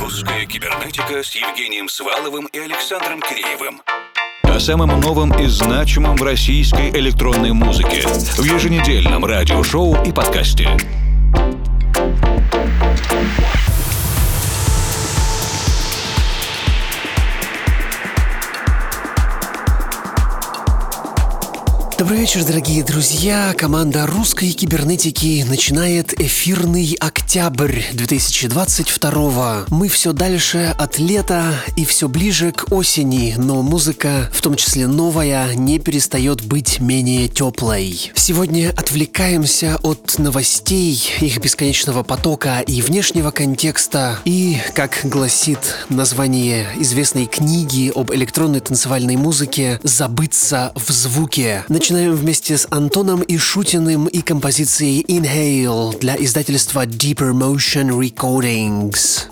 Русская кибернетика с Евгением Сваловым и Александром Киреевым. О самом новом и значимом в российской электронной музыке в еженедельном радиошоу и подкасте. Добрый вечер, дорогие друзья! Команда русской кибернетики начинает эфирный октябрь 2022. Мы все дальше от лета и все ближе к осени, но музыка, в том числе новая, не перестает быть менее теплой. Сегодня отвлекаемся от новостей, их бесконечного потока и внешнего контекста. И, как гласит название известной книги об электронной танцевальной музыке, «Забыться в звуке». Начинаем вместе с Антоном Ишутиным и композицией Inhale для издательства Deeper Motion Recordings.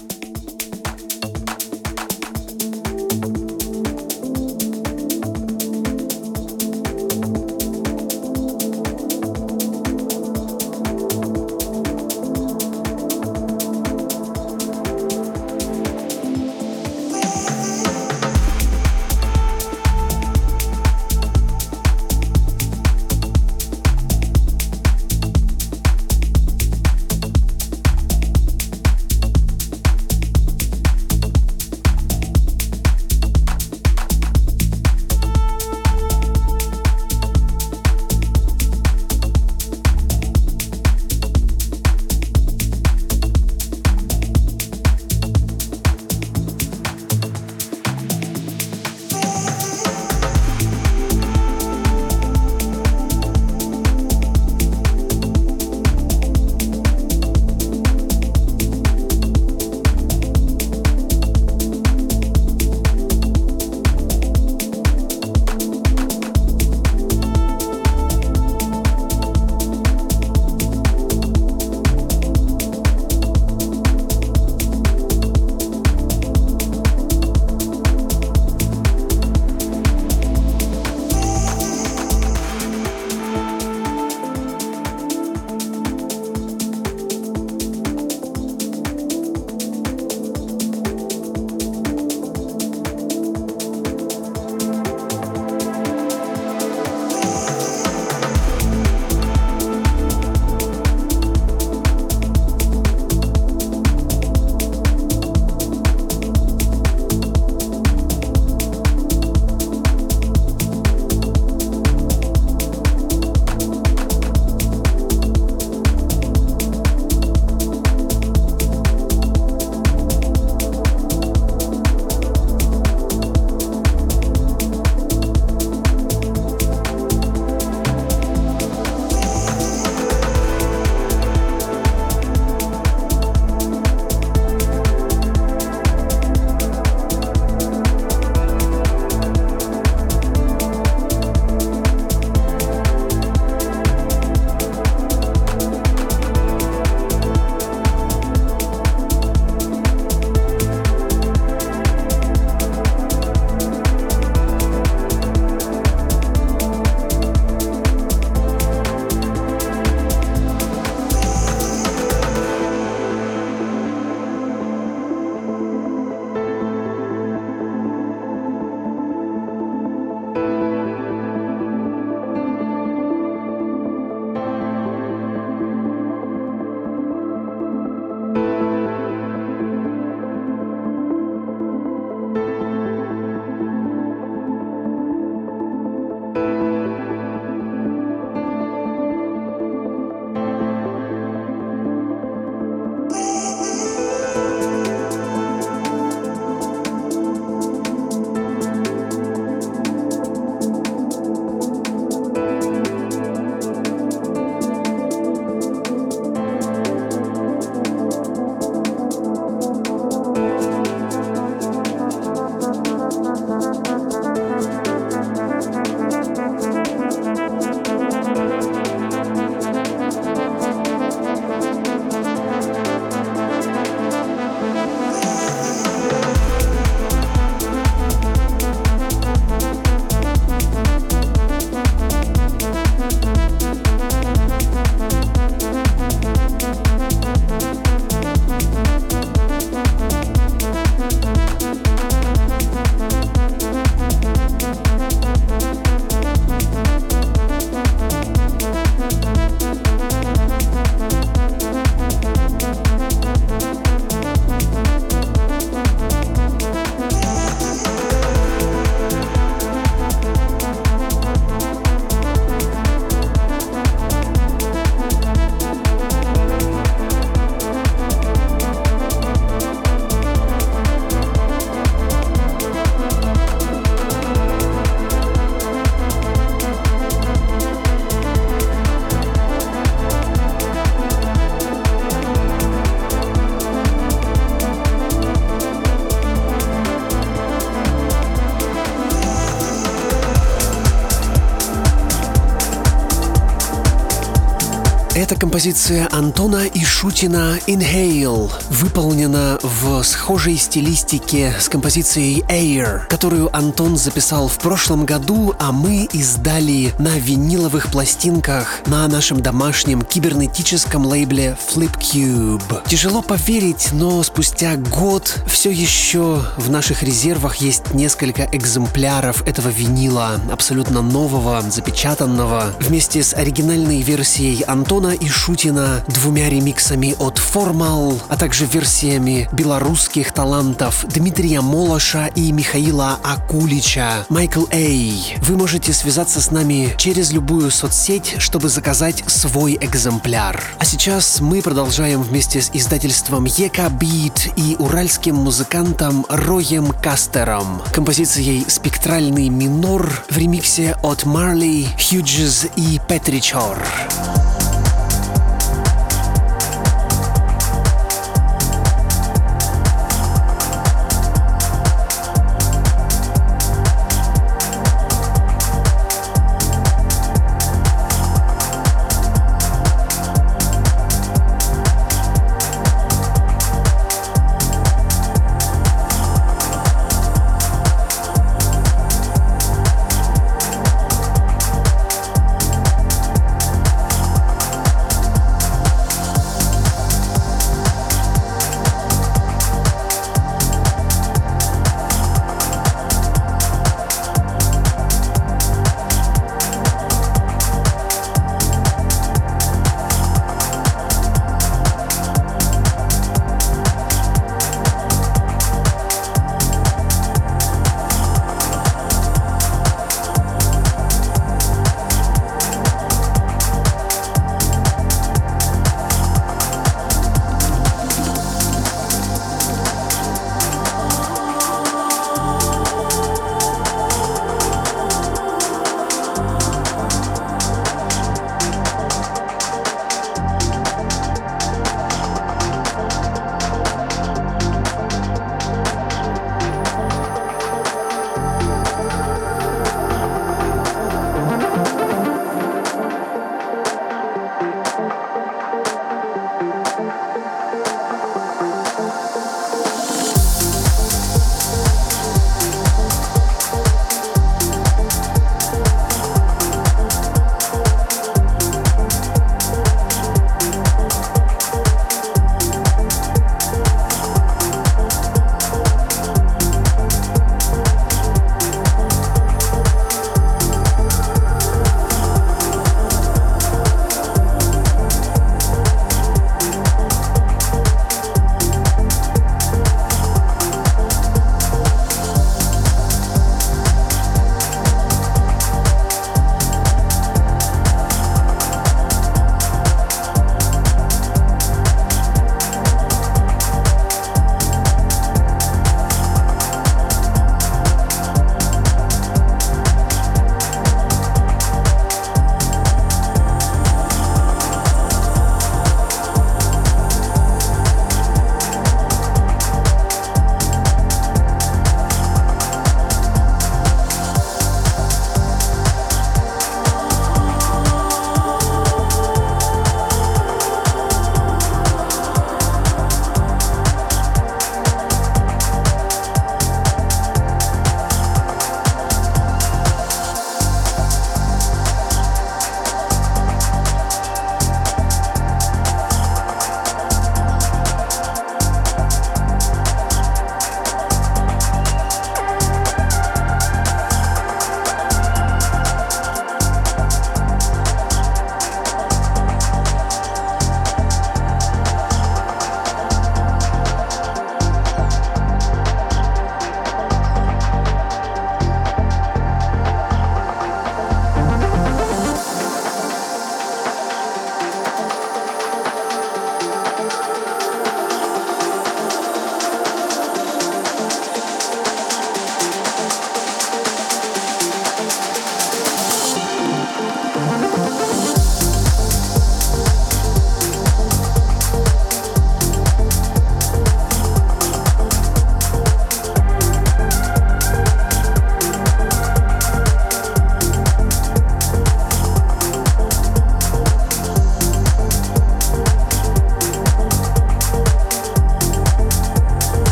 Это композиция Антона Ишутина «Inhale», выполнена в схожей стилистике с композицией «Air», которую Антон записал в прошлом году, а мы издали на виниловых пластинках на нашем домашнем кибернетическом лейбле Flipcube. Тяжело поверить, но спустя год все еще в наших резервах есть несколько экземпляров этого винила, абсолютно нового, запечатанного, вместе с оригинальной версией Антона Ишутина, 2 ремиксами от Formal, а также версиями белорусских талантов Дмитрия Молоша и Михаила Акулича. Майкл Эй. Вы можете связаться с нами через любую соцсеть, чтобы заказать свой экземпляр. А сейчас мы продолжаем вместе с издательством Ека Бит и уральским музыкантом Роем Кастером композицией «Спектральный минор» в ремиксе от Марли, Хьюджес и Петричор.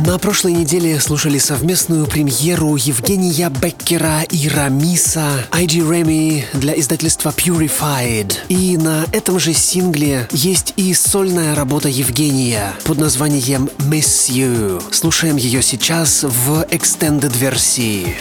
На прошлой неделе слушали совместную премьеру Евгения Беккера и Рамиса ID Remy для издательства Purified. И на этом же сингле есть и сольная работа Евгения под названием Miss You. Слушаем ее сейчас в extended версии.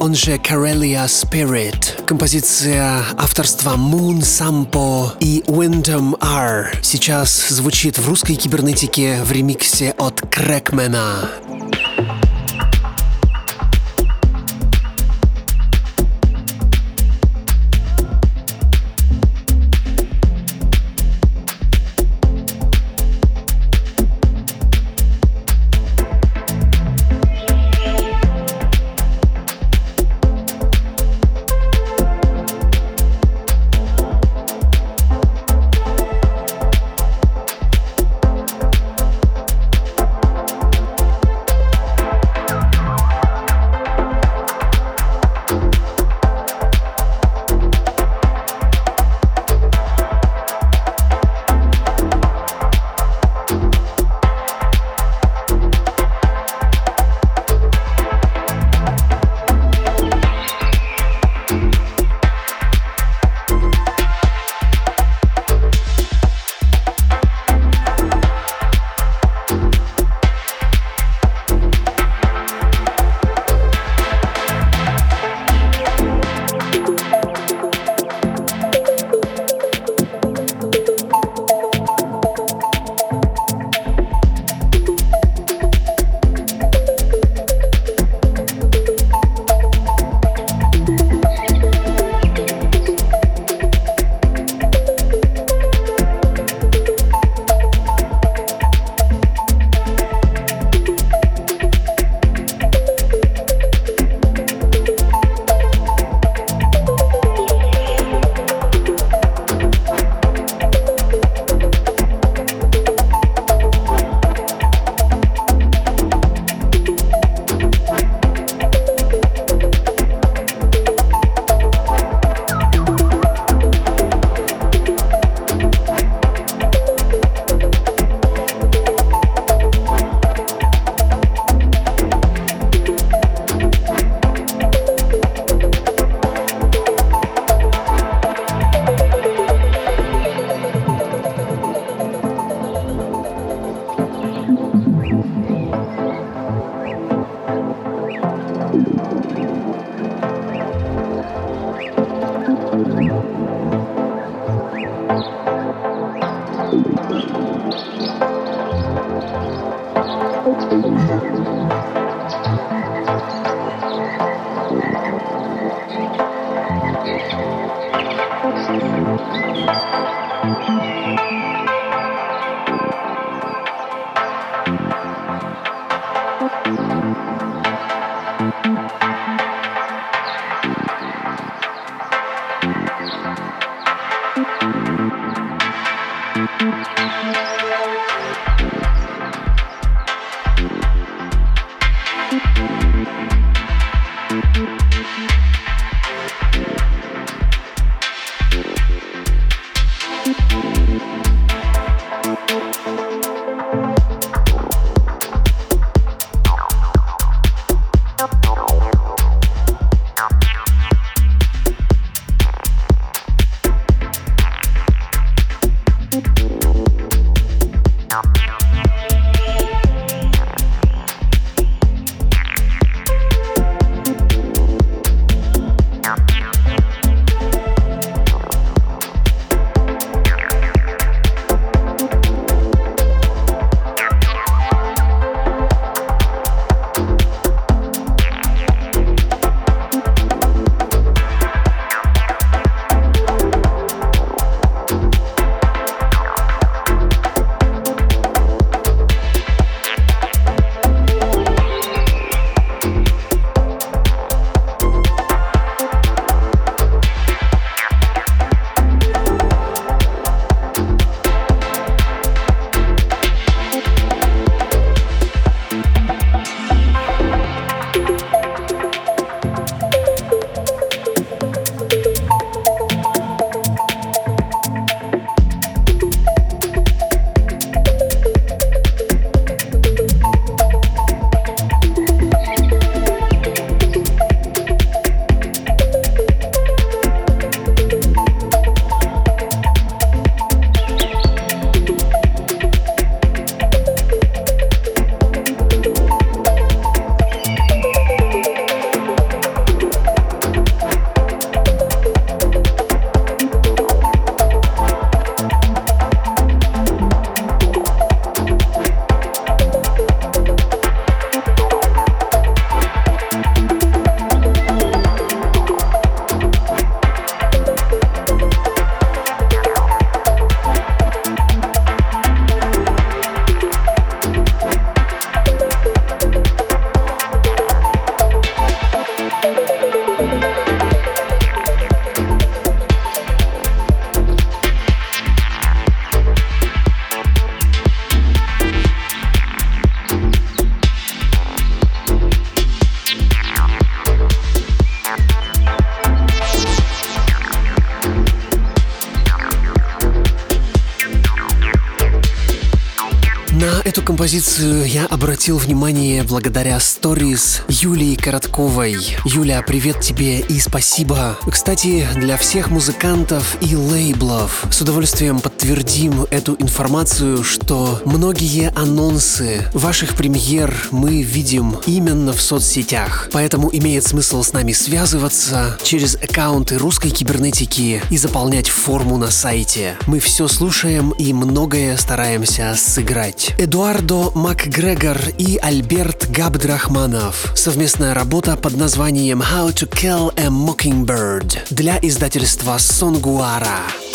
он же Karelia Spirit. Композиция авторства Moon Sampo и Wyndham R. Сейчас звучит в русской кибернетике в ремиксе от Крэкмена. На эту композицию я обратил внимание благодаря сторис Юлии Коротковой. Юля, привет тебе и спасибо. Кстати, для всех музыкантов и лейблов с удовольствием подтвердим эту информацию, что многие анонсы ваших премьер мы видим именно в соцсетях. Поэтому имеет смысл с нами связываться через аккаунты русской кибернетики и заполнять форму на сайте. Мы все слушаем и многое стараемся сыграть. Эдуардо Макгрегор и Альберт Габдрахманов. Совместная работа под названием How to Kill a Mockingbird для издательства Сонгуара.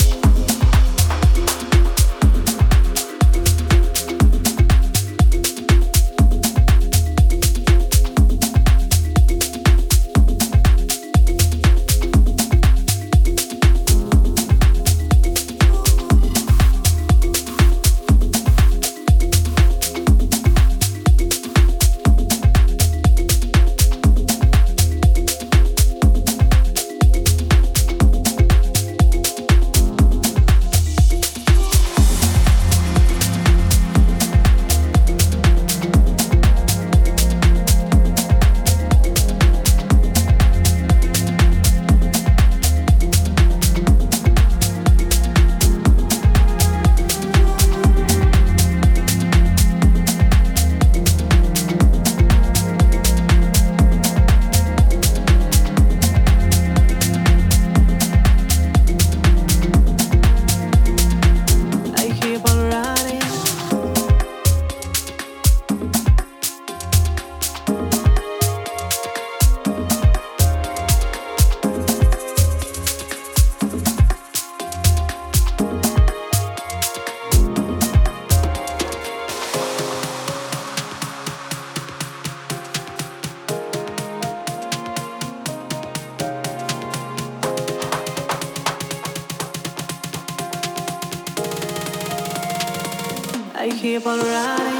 I keep on running.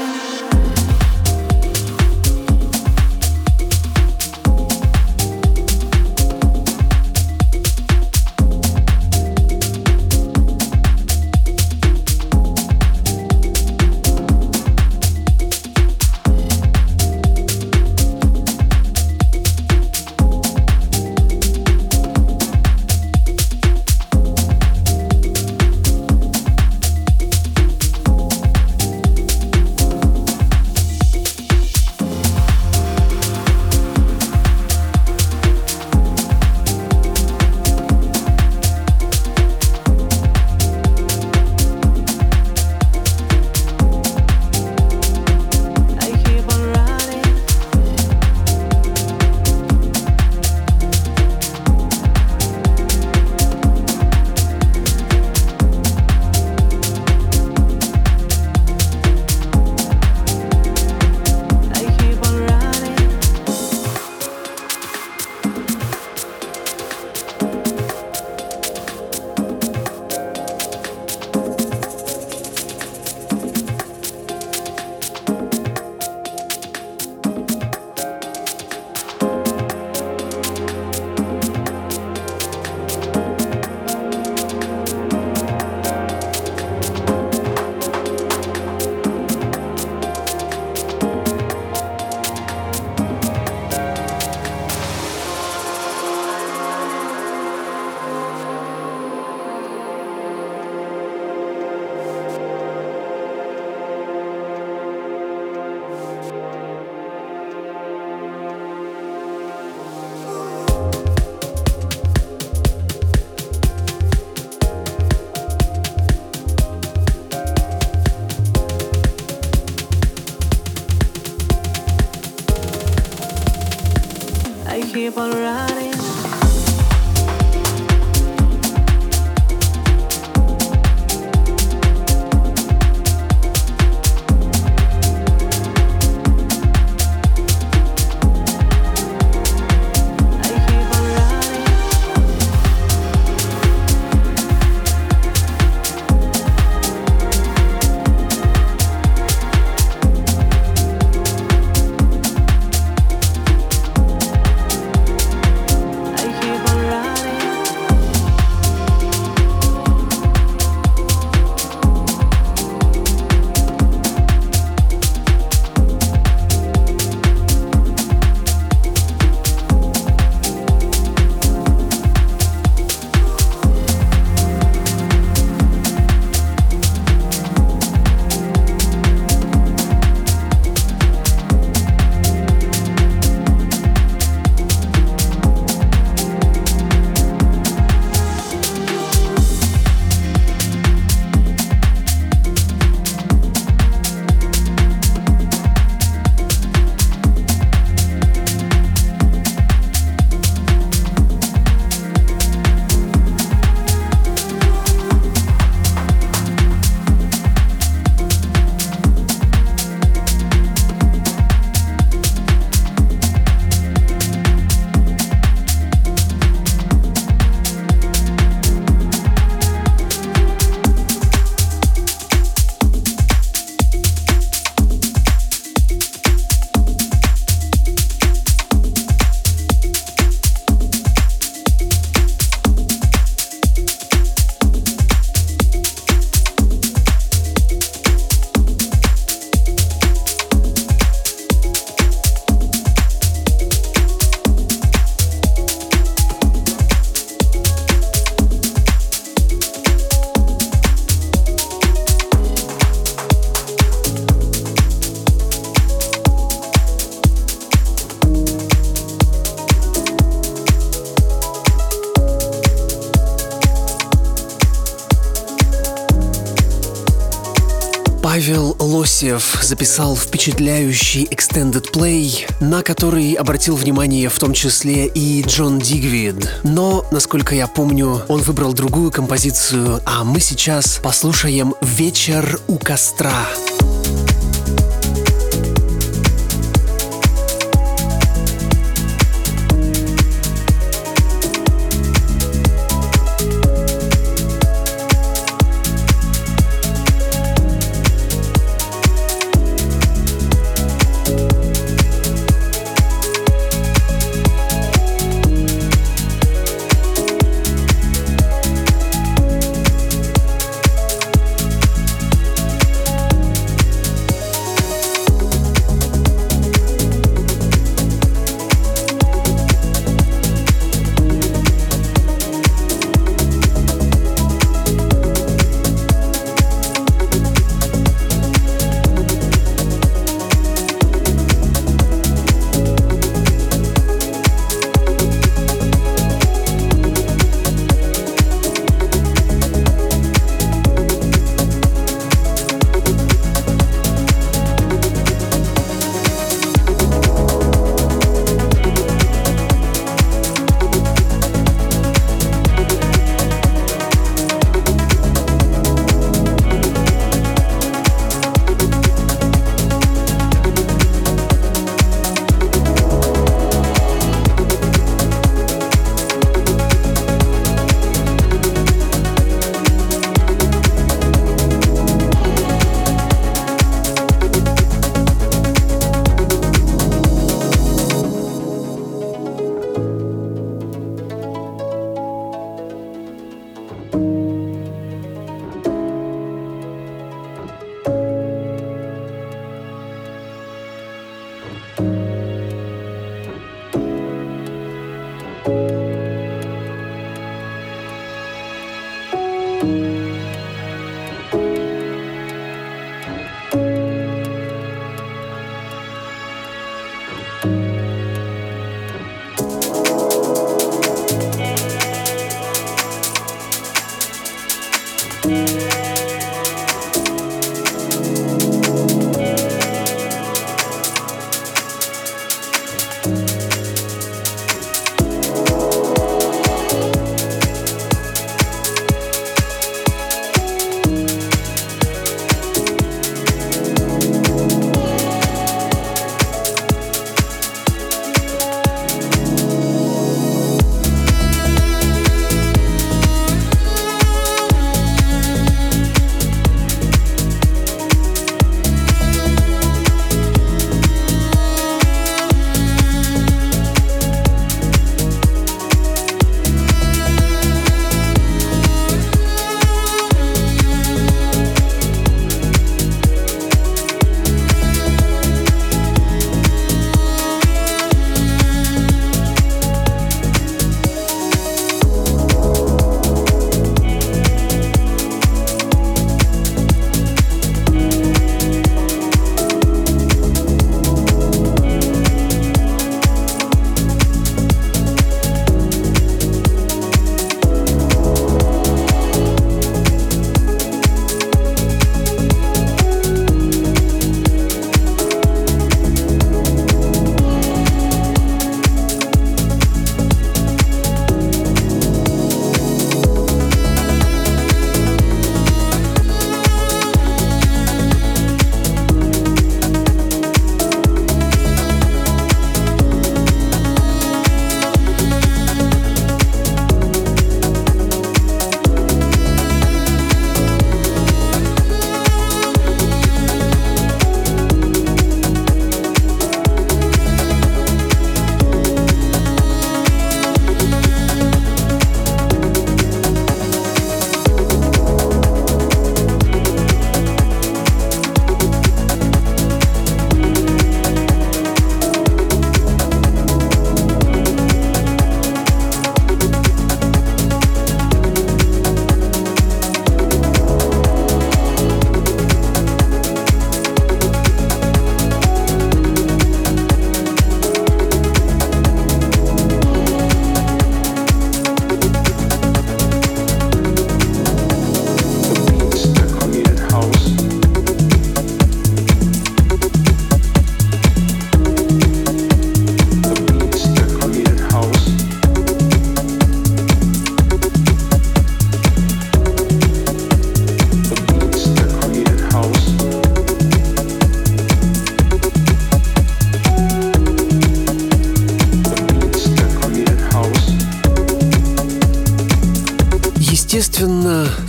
I keep on running. Павел Лосев записал впечатляющий extended play, на который обратил внимание в том числе и Джон Дигвид. Но, насколько я помню, он выбрал другую композицию, а мы сейчас послушаем «Вечер у костра».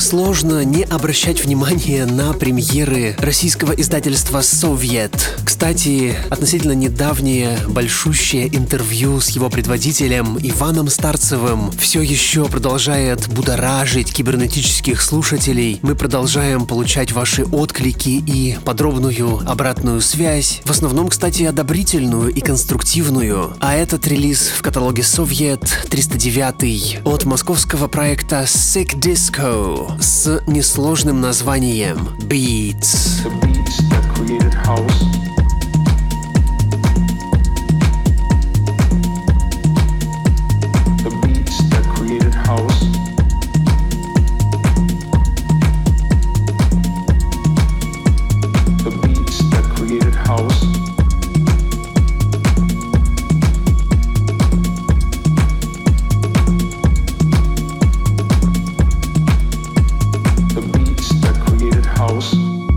сложно не обращать внимания на премьеры российского издательства «Совет». Кстати, относительно недавнее большущее интервью с его предводителем Иваном Старцевым все еще продолжает будоражить кибернетических слушателей. Мы продолжаем получать ваши отклики и подробную обратную связь. В основном, кстати, одобрительную и конструктивную. А этот релиз в каталоге «Совет» 309 от московского проекта Sick Disco с несложным названием Beats. The beats that created house. The beats that created house. The beats that created house. The beats that created house.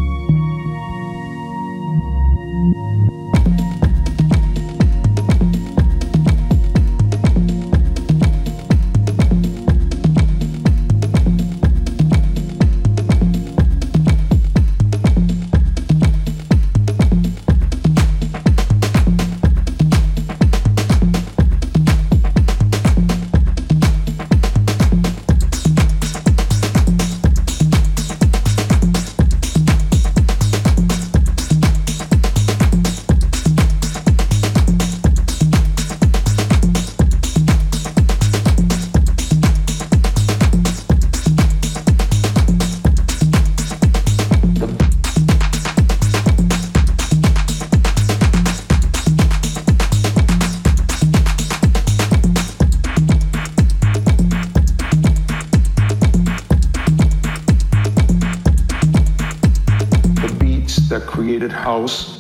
That created house.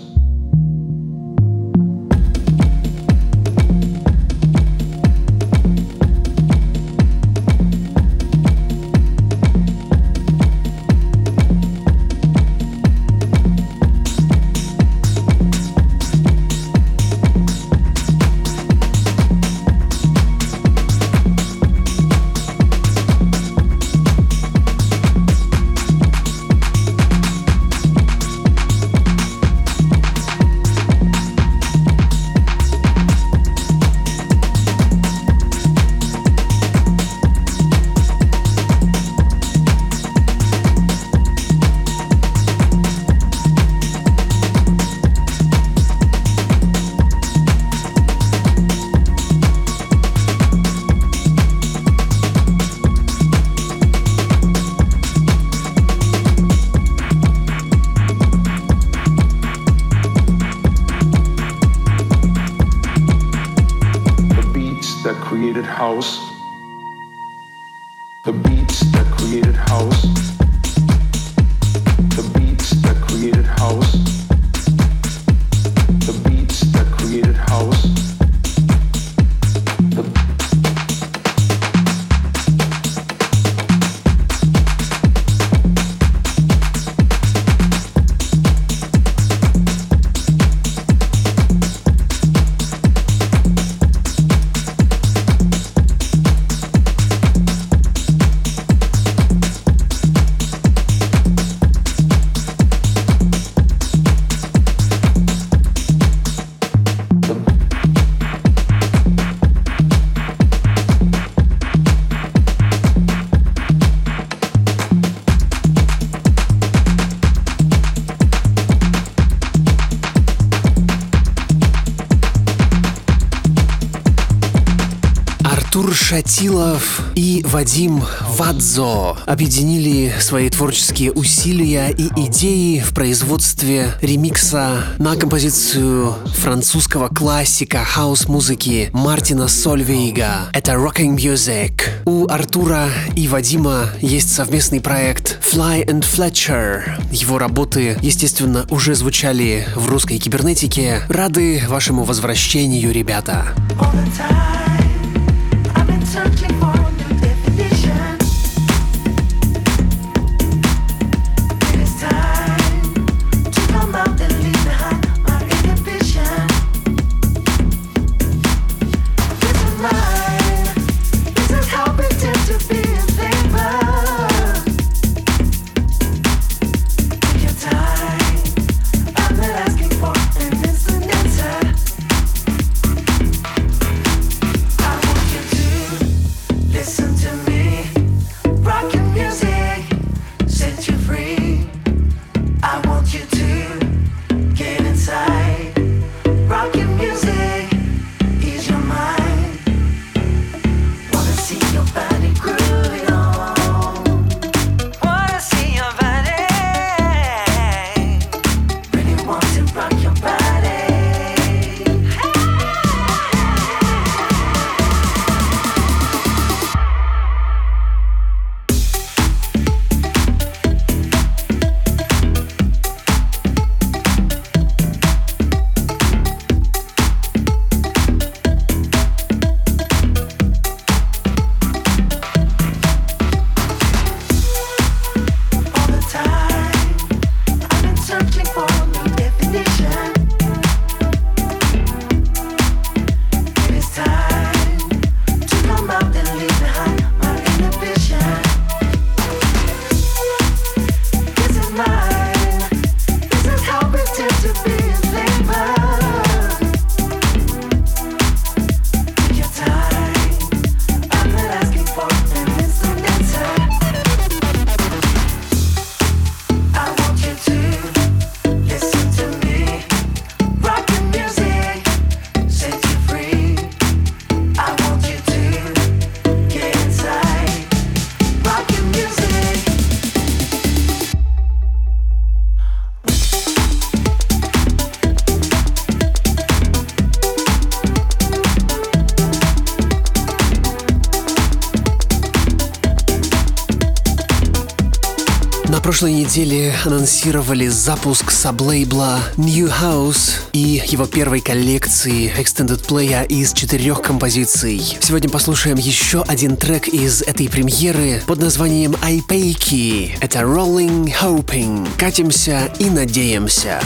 That created house. The beats that created house. The beats that created house. The beats that created house. Артур Шатилов и Вадим Вадзо объединили свои творческие усилия и идеи в производстве ремикса на композицию французского классика хаус-музыки Мартина Сольвейга. Это Rocking Music. У Артура и Вадима есть совместный проект Fly and Fletcher. Его работы, естественно, уже звучали в русской кибернетике. Рады вашему возвращению, ребята. Searching for a new definition. It is time to come out and leave behind my inhibition. This is mine. This is how we tend to be in favor. прошлой неделе анонсировали запуск саблейбла New House и его первой коллекции Extended Play из 4 композиций. Сегодня послушаем еще один трек из этой премьеры под названием Aipeki. Это Rolling Hoping. Катимся и надеемся.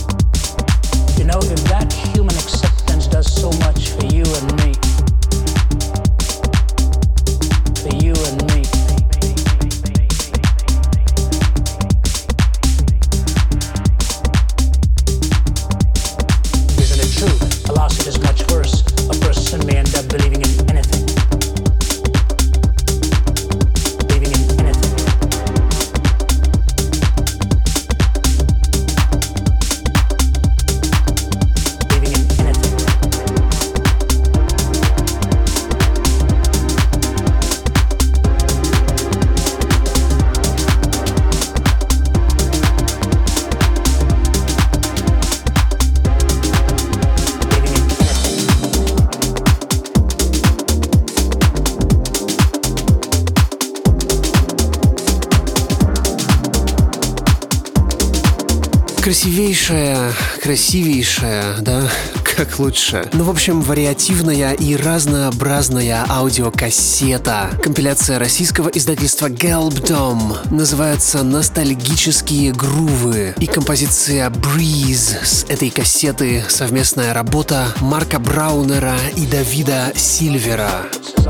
if that human acceptance does so much for you and me, красивейшая, да? Как лучше. Ну, в общем, вариативная и разнообразная аудиокассета. Компиляция российского издательства Gelbdom. Называется «Ностальгические грувы». И композиция «Breeze» с этой кассеты — совместная работа Марка Браунера и Давида Сильвера.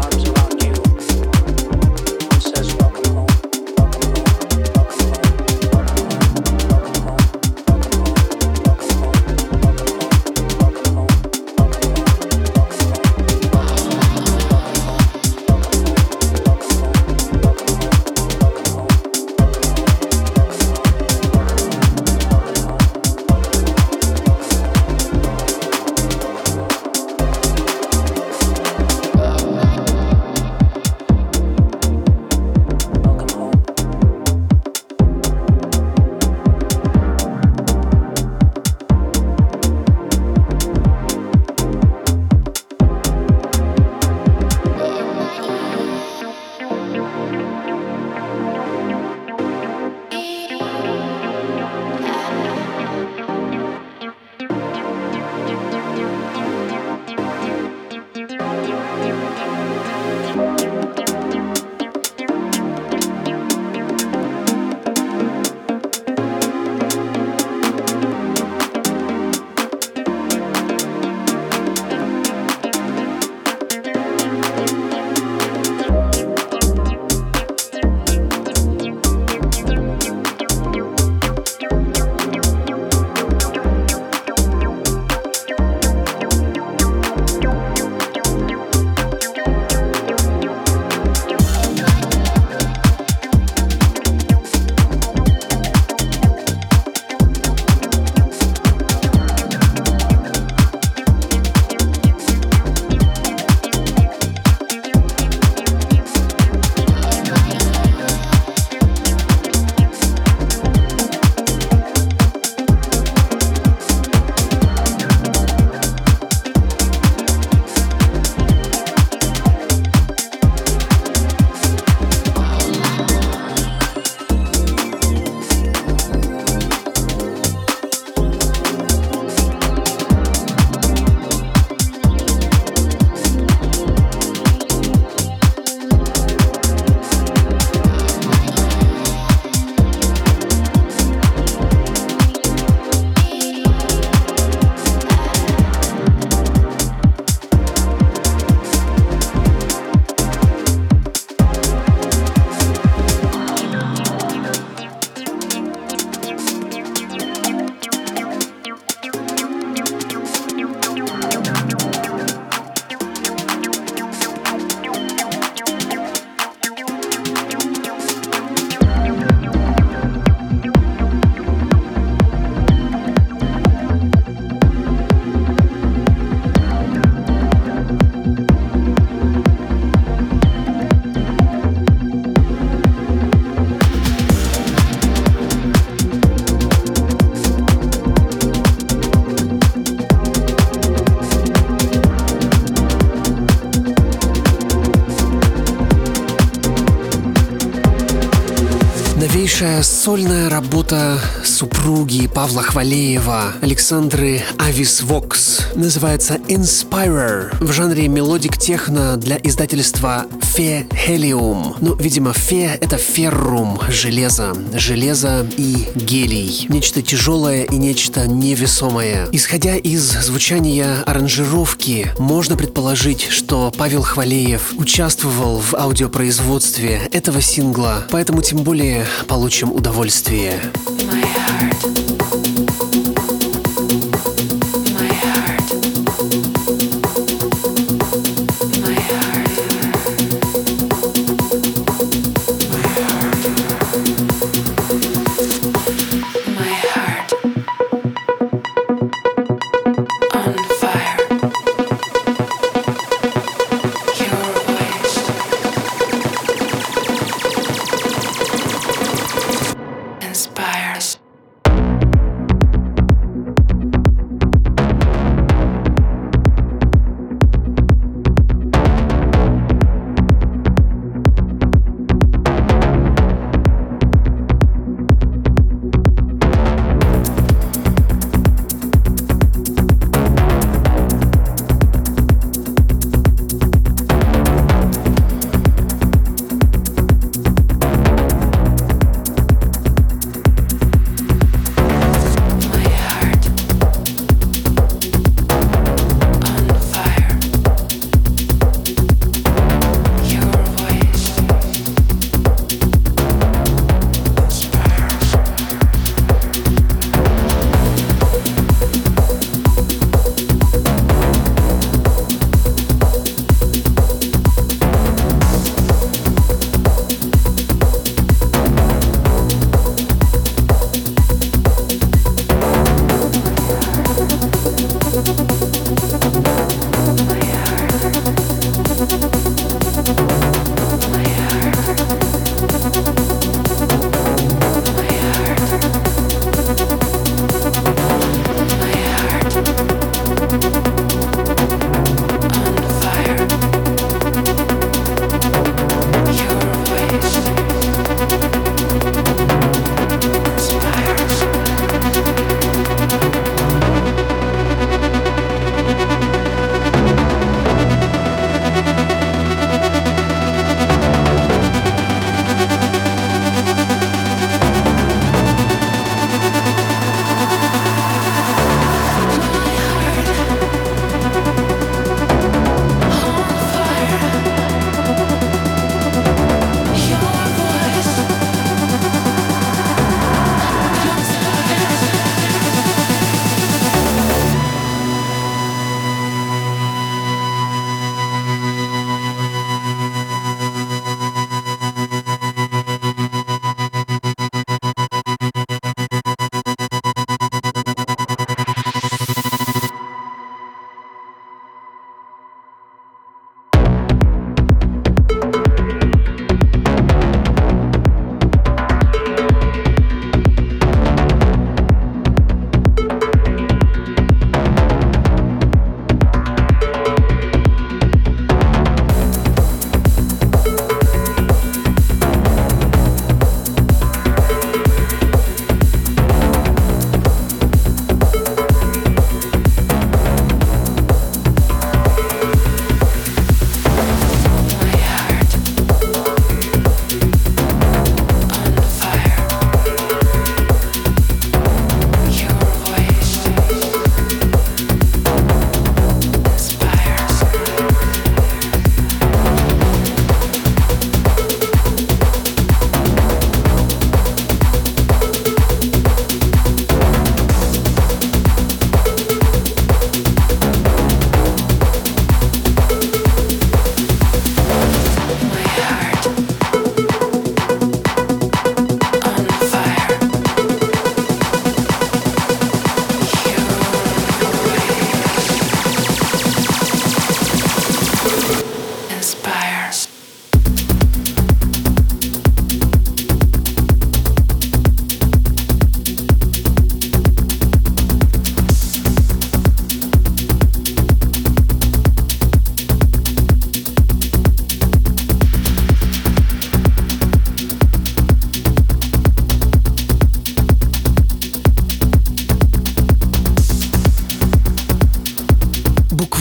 Новейшая сольная работа супруги Павла Хвалеева, Александры Авис Вокс, называется Inspirer, в жанре мелодик техно для издательства Fe Helium. Ну, видимо, Fe — это феррум, железо и гелий. Нечто тяжелое и нечто невесомое. Исходя из звучания аранжировки, можно предположить, что Павел Хвалеев участвовал в аудиопроизводстве этого сингла, поэтому тем более получим удовольствие. Inspires.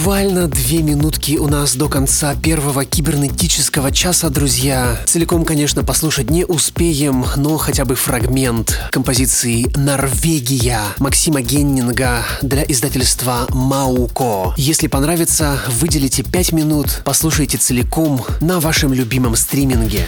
Буквально 2 минутки у нас до конца первого кибернетического часа, друзья. Целиком, конечно, послушать не успеем, но хотя бы фрагмент композиции «Норвегия» Максима Геннинга для издательства Мауко. Если понравится, выделите 5 минут, послушайте целиком на вашем любимом стриминге.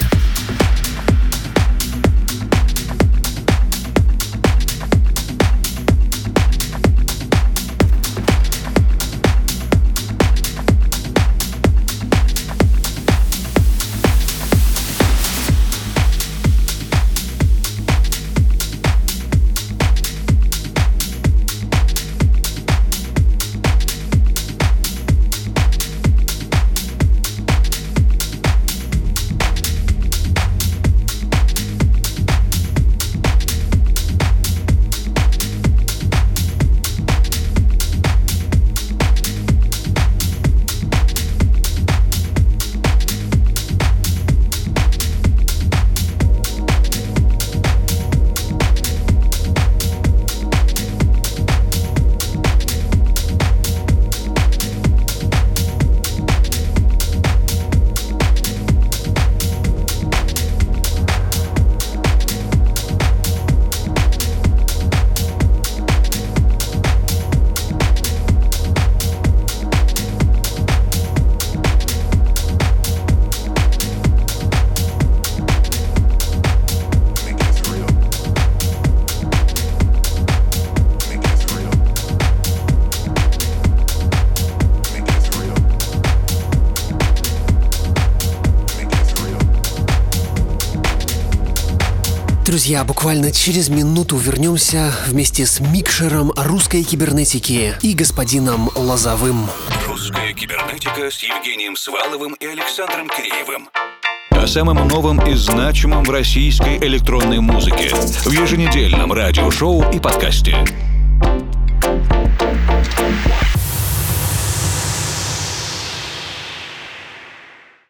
Друзья, буквально через минуту вернемся вместе с микшером русской кибернетики и господином Лозовым. Русская кибернетика с Евгением Сваловым и Александром Киреевым. О самом новом и значимом в российской электронной музыке в еженедельном радиошоу и подкасте.